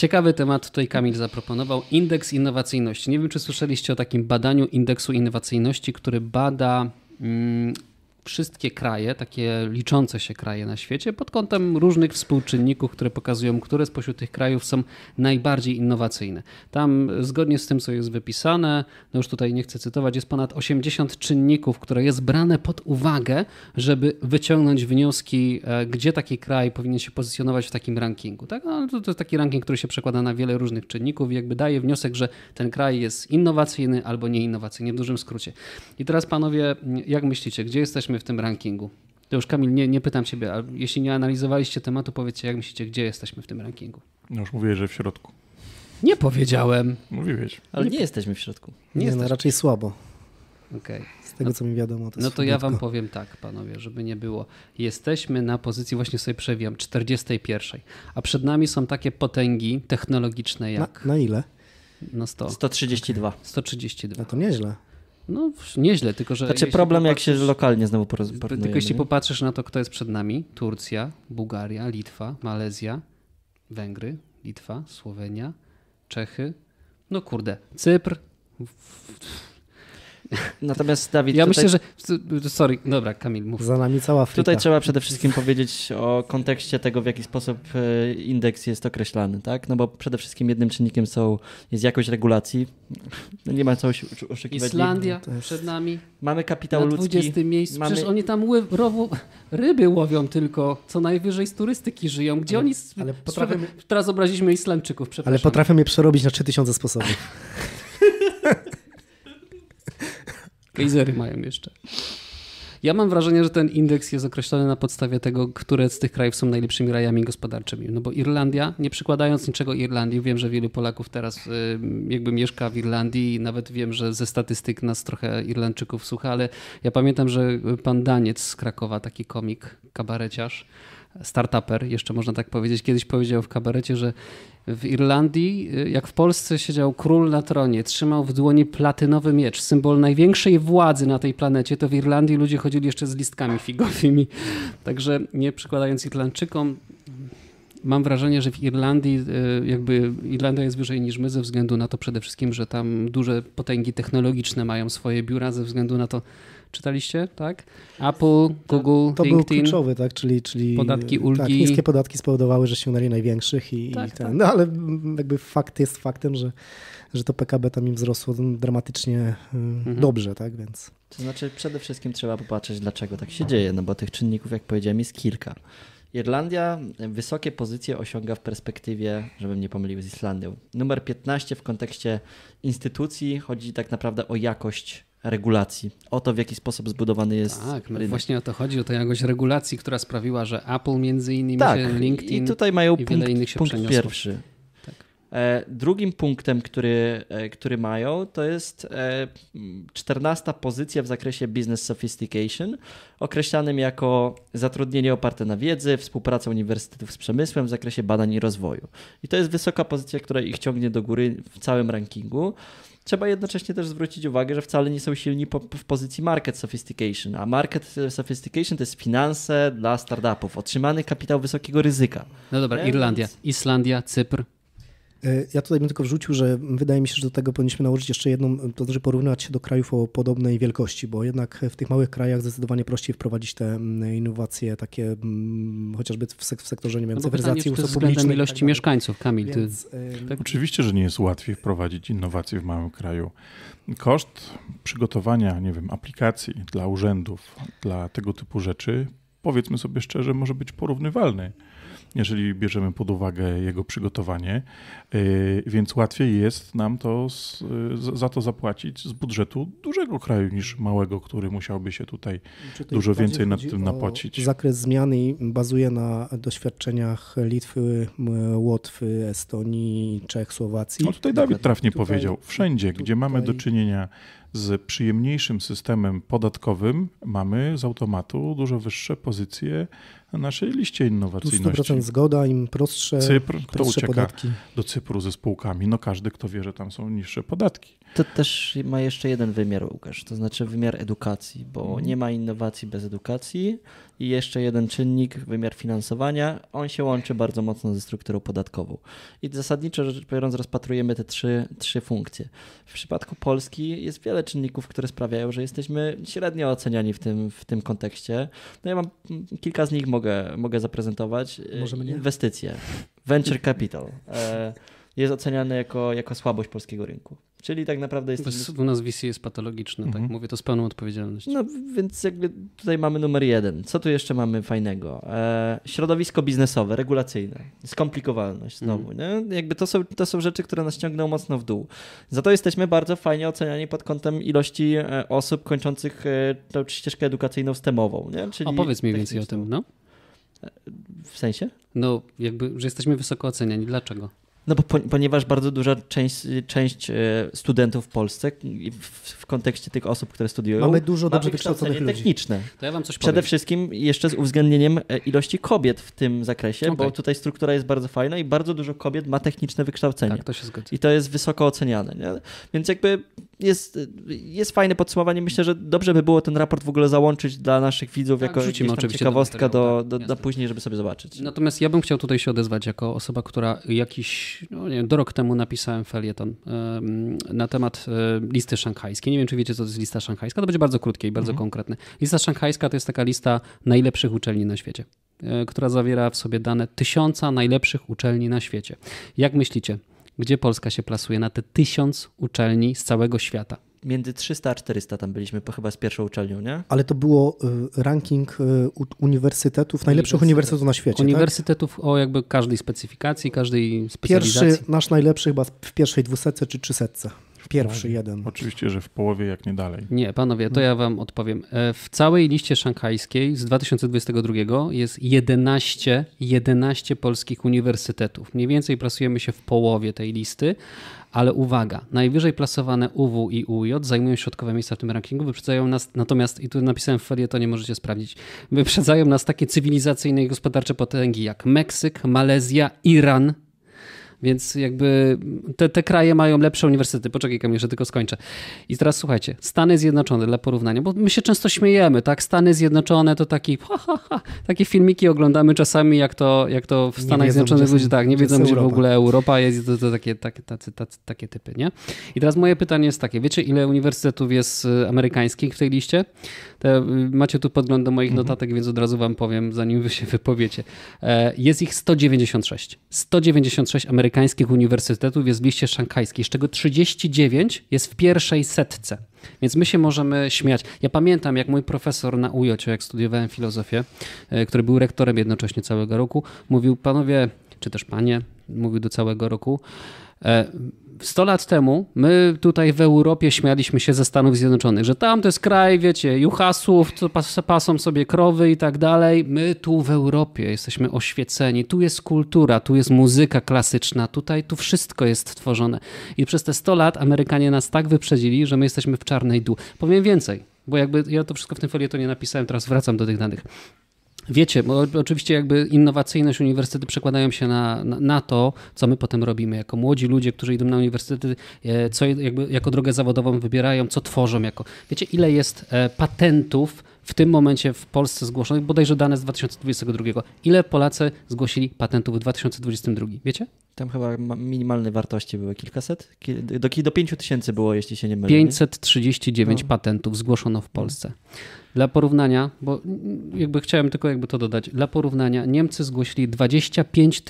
Ciekawy temat tutaj Kamil zaproponował. Indeks innowacyjności. Nie wiem, czy słyszeliście o takim badaniu indeksu innowacyjności, który bada wszystkie kraje, takie liczące się kraje na świecie pod kątem różnych współczynników, które pokazują, które spośród tych krajów są najbardziej innowacyjne. Tam zgodnie z tym, co jest wypisane, no już tutaj nie chcę cytować, jest ponad 80 czynników, które jest brane pod uwagę, żeby wyciągnąć wnioski, gdzie taki kraj powinien się pozycjonować w takim rankingu. Tak? No, to jest taki ranking, który się przekłada na wiele różnych czynników i jakby daje wniosek, że ten kraj jest innowacyjny albo nieinnowacyjny, w dużym skrócie. I teraz panowie, jak myślicie, gdzie jesteśmy w tym rankingu? To już Kamil, nie pytam ciebie, ale jeśli nie analizowaliście tematu, powiedzcie, jak myślicie, gdzie jesteśmy w tym rankingu? No już mówiłeś, że w środku. Nie powiedziałem. Mówiłeś. Ale nie jesteśmy w środku. Nie, no raczej słabo. Okay. Z tego, co mi wiadomo. No to ja wam powiem tak, panowie, żeby nie było. Jesteśmy na pozycji, właśnie sobie przewijam, 41. A przed nami są takie potęgi technologiczne jak... Na ile? No 100. 132. 132. No to nieźle. No nieźle, tylko że... Znaczy problem, jak się lokalnie znowu porównujemy. Tylko jeśli popatrzysz na to, kto jest przed nami, Turcja, Bułgaria, Litwa, Malezja, Węgry, Litwa, Słowenia, Czechy, no kurde, Cypr. Natomiast Dawid, ja myślę, że... Sorry, dobra, Kamil, mów. Za nami cała Afryka. Tutaj trzeba przede wszystkim powiedzieć o kontekście tego, w jaki sposób indeks jest określany, tak? No bo przede wszystkim jednym czynnikiem jest jakość regulacji. No nie ma co oszukiwać. Islandia przed nami. Mamy kapitał na ludzki. 20 miejscu. Przecież oni tam ryby łowią tylko, co najwyżej z turystyki żyją. Gdzie oni... Ale Teraz obraziliśmy Islandczyków, przepraszam. Ale potrafią je przerobić na 3000 sposobów. Gejzery mają jeszcze. Ja mam wrażenie, że ten indeks jest określony na podstawie tego, które z tych krajów są najlepszymi krajami gospodarczymi. No bo Irlandia, nie przykładając niczego Irlandii, wiem, że wielu Polaków teraz jakby mieszka w Irlandii i nawet wiem, że ze statystyk nas trochę Irlandczyków słucha, ale ja pamiętam, że pan Daniec z Krakowa, taki komik, kabareciarz, startuper, jeszcze można tak powiedzieć, kiedyś powiedział w kabarecie, że w Irlandii, jak w Polsce siedział król na tronie, trzymał w dłoni platynowy miecz, symbol największej władzy na tej planecie, to w Irlandii ludzie chodzili jeszcze z listkami figowymi. Także nie przykładając Irlandczykom, mam wrażenie, że w Irlandii jakby Irlandia jest wyżej niż my ze względu na to przede wszystkim, że tam duże potęgi technologiczne mają swoje biura ze względu na to, czytaliście, tak? Apple, Google, to LinkedIn. był kluczowy, tak? Czyli podatki, ulgi. Tak, niskie podatki spowodowały, że osiągnęli największych i tak, ten. tak. No ale jakby fakt jest faktem, że to PKB tam im wzrosło dramatycznie dobrze, tak? Więc... To znaczy przede wszystkim trzeba popatrzeć, dlaczego tak się dzieje, no bo tych czynników, jak powiedziałem, jest kilka. Irlandia wysokie pozycje osiąga w perspektywie, żebym nie pomylił z Islandią. Numer 15 w kontekście instytucji chodzi tak naprawdę o jakość regulacji, o to, w jaki sposób zbudowany jest rynek. Właśnie o to chodzi, o tę jakość regulacji, która sprawiła, że Apple między innymi się LinkedIn i tutaj mają i wiele innych się punkt przeniosło. Pierwszy. Tak. Drugim punktem, który mają, to jest 14 pozycja w zakresie business sophistication, określanym jako zatrudnienie oparte na wiedzy, współpraca uniwersytetów z przemysłem w zakresie badań i rozwoju. I to jest wysoka pozycja, która ich ciągnie do góry w całym rankingu. Trzeba jednocześnie też zwrócić uwagę, że wcale nie są silni w pozycji market sophistication, a market sophistication to jest finanse dla startupów, otrzymany kapitał wysokiego ryzyka. No dobra, Irlandia, Islandia, Cypr. Ja tutaj bym tylko wrzucił, że wydaje mi się, że do tego powinniśmy nałożyć jeszcze jedną, to znaczy porównywać się do krajów o podobnej wielkości, bo jednak w tych małych krajach zdecydowanie prościej wprowadzić te innowacje takie chociażby w sektorze, nie wiem, cyfryzacji usług publicznych. Ilości tak mieszkańców, Kamil. Więc, tak? Oczywiście, że nie jest łatwiej wprowadzić innowacje w małym kraju. Koszt przygotowania, nie wiem, aplikacji dla urzędów, dla tego typu rzeczy, powiedzmy sobie szczerze, może być porównywalny, jeżeli bierzemy pod uwagę jego przygotowanie, więc łatwiej jest nam to za to zapłacić z budżetu dużego kraju niż małego, który musiałby się tutaj dużo więcej nad tym napłacić. Zakres zmiany bazuje na doświadczeniach Litwy, Łotwy, Estonii, Czech, Słowacji. No tutaj Dawid trafnie powiedział, wszędzie, gdzie mamy do czynienia z przyjemniejszym systemem podatkowym mamy z automatu dużo wyższe pozycje na naszej liście innowacyjności. 100% zgoda, im prostsze, Cypr, kto prostsze ucieka podatki. do Cypru ze spółkami? No każdy, kto wie, że tam są niższe podatki. To też ma jeszcze jeden wymiar, Łukasz, to znaczy wymiar edukacji, bo nie ma innowacji bez edukacji i jeszcze jeden czynnik, wymiar finansowania, on się łączy bardzo mocno ze strukturą podatkową. I zasadniczo rzecz biorąc rozpatrujemy te trzy funkcje. W przypadku Polski jest wiele czynników, które sprawiają, że jesteśmy średnio oceniani w tym kontekście. No ja mam kilka z nich mogę zaprezentować. Możemy nie? Inwestycje, venture capital jest oceniane jako słabość polskiego rynku. Czyli tak naprawdę jest... U nas VC jest patologiczne, tak mówię to z pełną odpowiedzialnością. No więc jakby tutaj mamy numer 1. Co tu jeszcze mamy fajnego? Środowisko biznesowe, regulacyjne, skomplikowalność znowu. Nie? Jakby to są rzeczy, które nas ciągną mocno w dół. Za to jesteśmy bardzo fajnie oceniani pod kątem ilości osób kończących tą ścieżkę edukacyjną STEM-ową. Nie? Czyli opowiedz mi więcej o tym, no. W sensie? No jakby, że jesteśmy wysoko oceniani. Dlaczego? No bo ponieważ bardzo duża część studentów w Polsce w kontekście tych osób, które studiują, mamy dużo dobrze wykształcenie wykształconych ludzi. techniczne. To ja wam coś Przede powiem. wszystkim jeszcze z uwzględnieniem ilości kobiet w tym zakresie, Okej. bo tutaj struktura jest bardzo fajna i bardzo dużo kobiet ma techniczne wykształcenie. Tak, to się zgadza. I to jest wysoko oceniane. Nie? Więc jakby jest fajne podsumowanie. Myślę, że dobrze by było ten raport w ogóle załączyć dla naszych widzów Tak, jako wrzucimy jakąś tam oczywiście ciekawostka do materiału, do jasne. później, żeby sobie zobaczyć. Natomiast ja bym chciał tutaj się odezwać jako osoba, która jakiś, no nie wiem, do rok temu napisałem felieton na temat listy szanghajskiej. Nie wiem, czy wiecie, co to jest lista szanghajska. To będzie bardzo krótkie i bardzo konkretne. Lista szanghajska to jest taka lista najlepszych uczelni na świecie, która zawiera w sobie dane 1000 najlepszych uczelni na świecie. Jak myślicie, gdzie Polska się plasuje na te 1000 uczelni z całego świata? Między 300 a 400 tam byliśmy, chyba z pierwszą uczelnią, nie? Ale to było ranking uniwersytetów, najlepszych uniwersytetów na świecie. Uniwersytetów o jakby każdej specyfikacji, każdej specjalizacji. Pierwszy, nasz najlepszy chyba w pierwszej 200 czy 300. Pierwszy jeden. Oczywiście, że w połowie, jak nie dalej. Nie, panowie, to ja wam odpowiem. W całej liście szanghajskiej z 2022 jest 11 polskich uniwersytetów. Mniej więcej plasujemy się w połowie tej listy, ale uwaga, najwyżej plasowane UW i UJ zajmują środkowe miejsca w tym rankingu, wyprzedzają nas, natomiast, i tu napisałem w felietonie, możecie sprawdzić, wyprzedzają nas takie cywilizacyjne i gospodarcze potęgi jak Meksyk, Malezja, Iran. Więc jakby te kraje mają lepsze uniwersytety. Poczekaj, Kamil, że tylko skończę. I teraz słuchajcie, Stany Zjednoczone dla porównania, bo my się często śmiejemy, tak? Stany Zjednoczone to takie filmiki oglądamy czasami, jak to w Stanach Zjednoczonych ludzie tak, nie wiedzą, gdzie w ogóle Europa jest, to takie typy, nie? I teraz moje pytanie jest takie, wiecie, ile uniwersytetów jest amerykańskich w tej liście? Macie tu podgląd do moich notatek, więc od razu wam powiem, zanim wy się wypowiecie. Jest ich 196. 196 amerykańskich uniwersytetów jest w liście szanghajskiej, z czego 39 jest w pierwszej setce. Więc my się możemy śmiać. Ja pamiętam, jak mój profesor na UJ, jak studiowałem filozofię, który był rektorem jednocześnie całego roku, mówił, panowie, czy też panie, mówił do całego roku, 100 lat temu my tutaj w Europie śmialiśmy się ze Stanów Zjednoczonych, że tam to jest kraj, wiecie, juchasów, to pasą sobie krowy i tak dalej. My tu w Europie jesteśmy oświeceni, tu jest kultura, tu jest muzyka klasyczna, tu wszystko jest tworzone. I przez te 100 lat Amerykanie nas tak wyprzedzili, że my jesteśmy w czarnej dół. Powiem więcej, bo jakby ja to wszystko w tym felietonie napisałem, teraz wracam do tych danych. Wiecie, bo oczywiście jakby innowacyjność uniwersytety przekładają się na to, co my potem robimy jako młodzi ludzie, którzy idą na uniwersytety, co jakby jako drogę zawodową wybierają, co tworzą jako. Wiecie, ile jest patentów w tym momencie w Polsce zgłoszonych, bodajże dane z 2022. Ile Polacy zgłosili patentów w 2022? Wiecie? Tam chyba minimalne wartości były kilkaset? Do 5000 było, jeśli się nie mylę. 539 patentów zgłoszono w Polsce. Dla porównania, bo jakby chciałem tylko jakby to dodać, dla porównania Niemcy zgłosili 25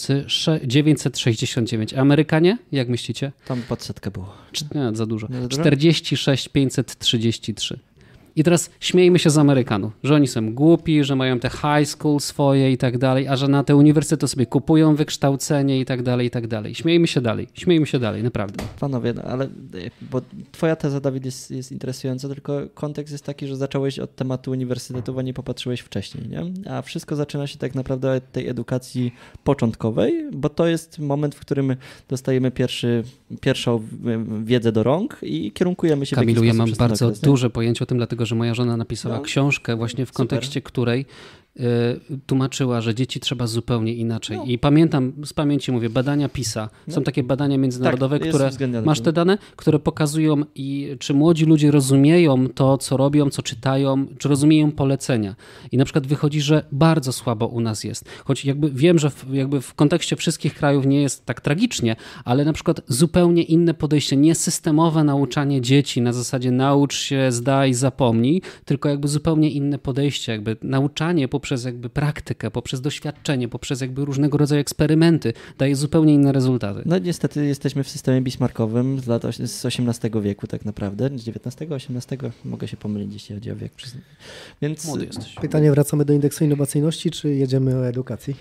969, a Amerykanie, jak myślicie? Tam pod setkę było. Nie, za dużo. 46 533. I teraz śmiejmy się z Amerykanów, że oni są głupi, że mają te high school swoje i tak dalej, a że na te uniwersytety sobie kupują wykształcenie i tak dalej, i tak dalej. Śmiejmy się dalej, naprawdę. Panowie, no, ale bo twoja teza, Dawid, jest interesująca, tylko kontekst jest taki, że zacząłeś od tematu uniwersytetów, a nie popatrzyłeś wcześniej, nie? A wszystko zaczyna się tak naprawdę od tej edukacji początkowej, bo to jest moment, w którym dostajemy pierwszą wiedzę do rąk i kierunkujemy się Kamilu, w jakiś ja sposób mam przez ten bardzo okres, nie? duże pojęcie o tym, dlatego że moja żona napisała książkę właśnie w kontekście której tłumaczyła, że dzieci trzeba zupełnie inaczej. I pamiętam, z pamięci mówię, badania PISA. Są takie badania międzynarodowe, które, masz te dane, które pokazują, czy młodzi ludzie rozumieją to, co robią, co czytają, czy rozumieją polecenia. I na przykład wychodzi, że bardzo słabo u nas jest. Choć jakby wiem, że w kontekście wszystkich krajów nie jest tak tragicznie, ale na przykład zupełnie inne podejście, nie systemowe nauczanie dzieci na zasadzie naucz się, zdaj, zapomnij, tylko jakby zupełnie inne podejście, jakby nauczanie poprzez jakby praktykę, poprzez doświadczenie, poprzez jakby różnego rodzaju eksperymenty daje zupełnie inne rezultaty. No niestety jesteśmy w systemie bismarckowym z XVIII wieku tak naprawdę, z XIX, XVIII, mogę się pomylić, jeśli chodzi o wiek. Więc młody jesteś. Pytanie, wracamy do indeksu innowacyjności, czy jedziemy o edukacji?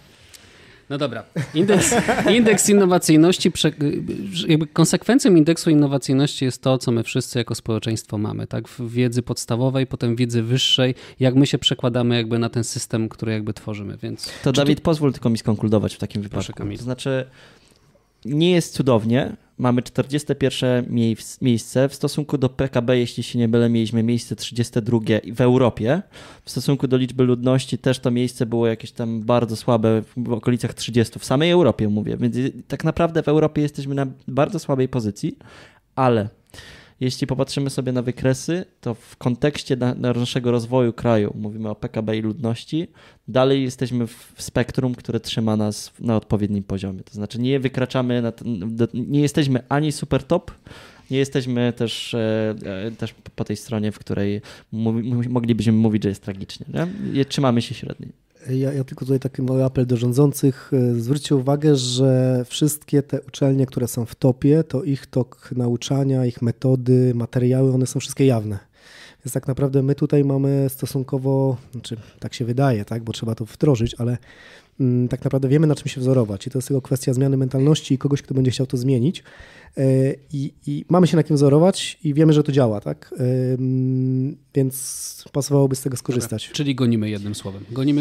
No dobra. Indeks innowacyjności, jakby konsekwencją indeksu innowacyjności jest to, co my wszyscy jako społeczeństwo mamy, tak? W wiedzy podstawowej, potem wiedzy wyższej, jak my się przekładamy jakby na ten system, który jakby tworzymy, więc... To Dawid, pozwól tylko mi skonkludować w takim wypadku. Kamil. To znaczy, nie jest cudownie, mamy 41 miejsce, w stosunku do PKB, jeśli się nie mylę, mieliśmy miejsce 32 w Europie. W stosunku do liczby ludności też to miejsce było jakieś tam bardzo słabe, w okolicach 30, w samej Europie mówię, więc tak naprawdę w Europie jesteśmy na bardzo słabej pozycji, ale jeśli popatrzymy sobie na wykresy, to w kontekście naszego rozwoju kraju, mówimy o PKB i ludności, dalej jesteśmy w spektrum, które trzyma nas na odpowiednim poziomie. To znaczy nie wykraczamy, nie jesteśmy ani super top, nie jesteśmy też po tej stronie, w której moglibyśmy mówić, że jest tragicznie. Nie? Trzymamy się średniej. Ja tylko tutaj taki mały apel do rządzących. Zwróćcie uwagę, że wszystkie te uczelnie, które są w topie, to ich tok nauczania, ich metody, materiały, one są wszystkie jawne. Więc tak naprawdę my tutaj mamy stosunkowo, znaczy tak się wydaje, tak, bo trzeba to wdrożyć, ale tak naprawdę wiemy, na czym się wzorować i to jest tylko kwestia zmiany mentalności i kogoś, kto będzie chciał to zmienić. I mamy się na kim wzorować i wiemy, że to działa, tak? Więc pasowałoby z tego skorzystać. Dobra, czyli gonimy jednym słowem.